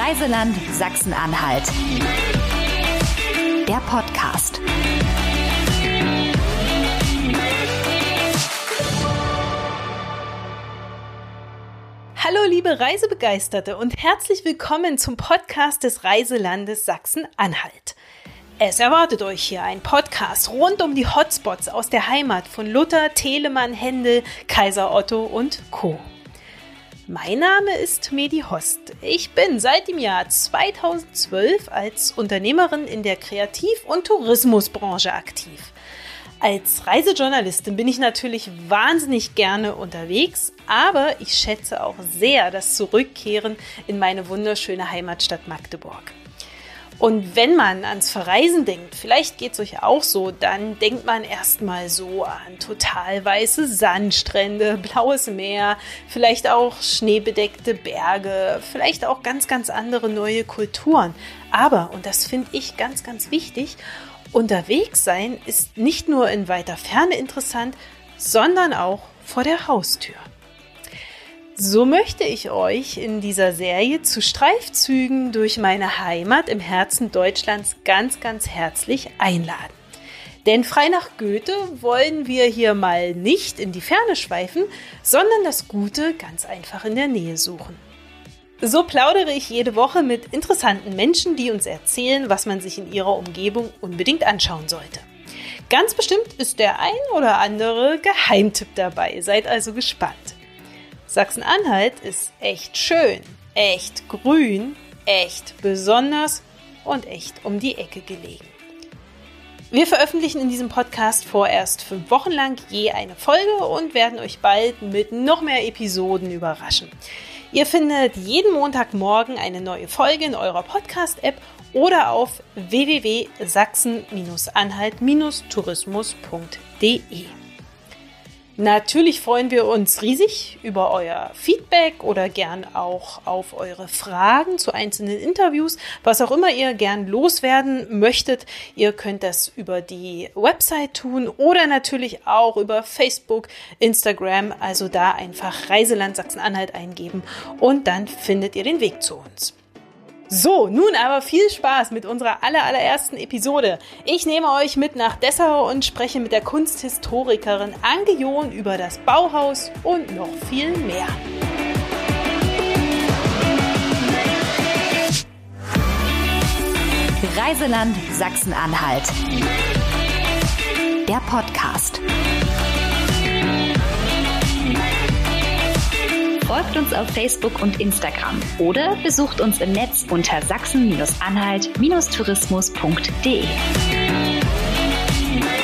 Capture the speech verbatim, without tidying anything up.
Reiseland Sachsen-Anhalt. Der Podcast. Hallo liebe Reisebegeisterte und herzlich willkommen zum Podcast des Reiselandes Sachsen-Anhalt. Es erwartet euch hier ein Podcast rund um die Hotspots aus der Heimat von Luther, Telemann, Händel, Kaiser Otto und Co. Mein Name ist Medi Host. Ich bin seit dem Jahr zweitausendzwölf als Unternehmerin in der Kreativ- und Tourismusbranche aktiv. Als Reisejournalistin bin ich natürlich wahnsinnig gerne unterwegs, aber ich schätze auch sehr das Zurückkehren in meine wunderschöne Heimatstadt Magdeburg. Und wenn man ans Verreisen denkt, vielleicht geht es euch auch so, dann denkt man erstmal so an total weiße Sandstrände, blaues Meer, vielleicht auch schneebedeckte Berge, vielleicht auch ganz, ganz andere neue Kulturen. Aber, und das finde ich ganz, ganz wichtig, unterwegs sein ist nicht nur in weiter Ferne interessant, sondern auch vor der Haustür. So möchte ich euch in dieser Serie zu Streifzügen durch meine Heimat im Herzen Deutschlands ganz, ganz herzlich einladen. Denn frei nach Goethe wollen wir hier mal nicht in die Ferne schweifen, sondern das Gute ganz einfach in der Nähe suchen. So plaudere ich jede Woche mit interessanten Menschen, die uns erzählen, was man sich in ihrer Umgebung unbedingt anschauen sollte. Ganz bestimmt ist der ein oder andere Geheimtipp dabei, seid also gespannt. Sachsen-Anhalt ist echt schön, echt grün, echt besonders und echt um die Ecke gelegen. Wir veröffentlichen in diesem Podcast vorerst fünf Wochen lang je eine Folge und werden euch bald mit noch mehr Episoden überraschen. Ihr findet jeden Montagmorgen eine neue Folge in eurer Podcast-App oder auf w w w punkt sachsen anhalt tourismus punkt de. Natürlich freuen wir uns riesig über euer Feedback oder gern auch auf eure Fragen zu einzelnen Interviews, was auch immer ihr gern loswerden möchtet. Ihr könnt das über die Website tun oder natürlich auch über Facebook, Instagram, also da einfach Reiseland Sachsen-Anhalt eingeben und dann findet ihr den Weg zu uns. So, nun aber viel Spaß mit unserer aller, allerersten Episode. Ich nehme euch mit nach Dessau und spreche mit der Kunsthistorikerin Anke John über das Bauhaus und noch viel mehr. Reiseland Sachsen-Anhalt. Der Podcast. Folgt uns auf Facebook und Instagram oder besucht uns im Netz unter sachsen anhalt tourismus punkt de.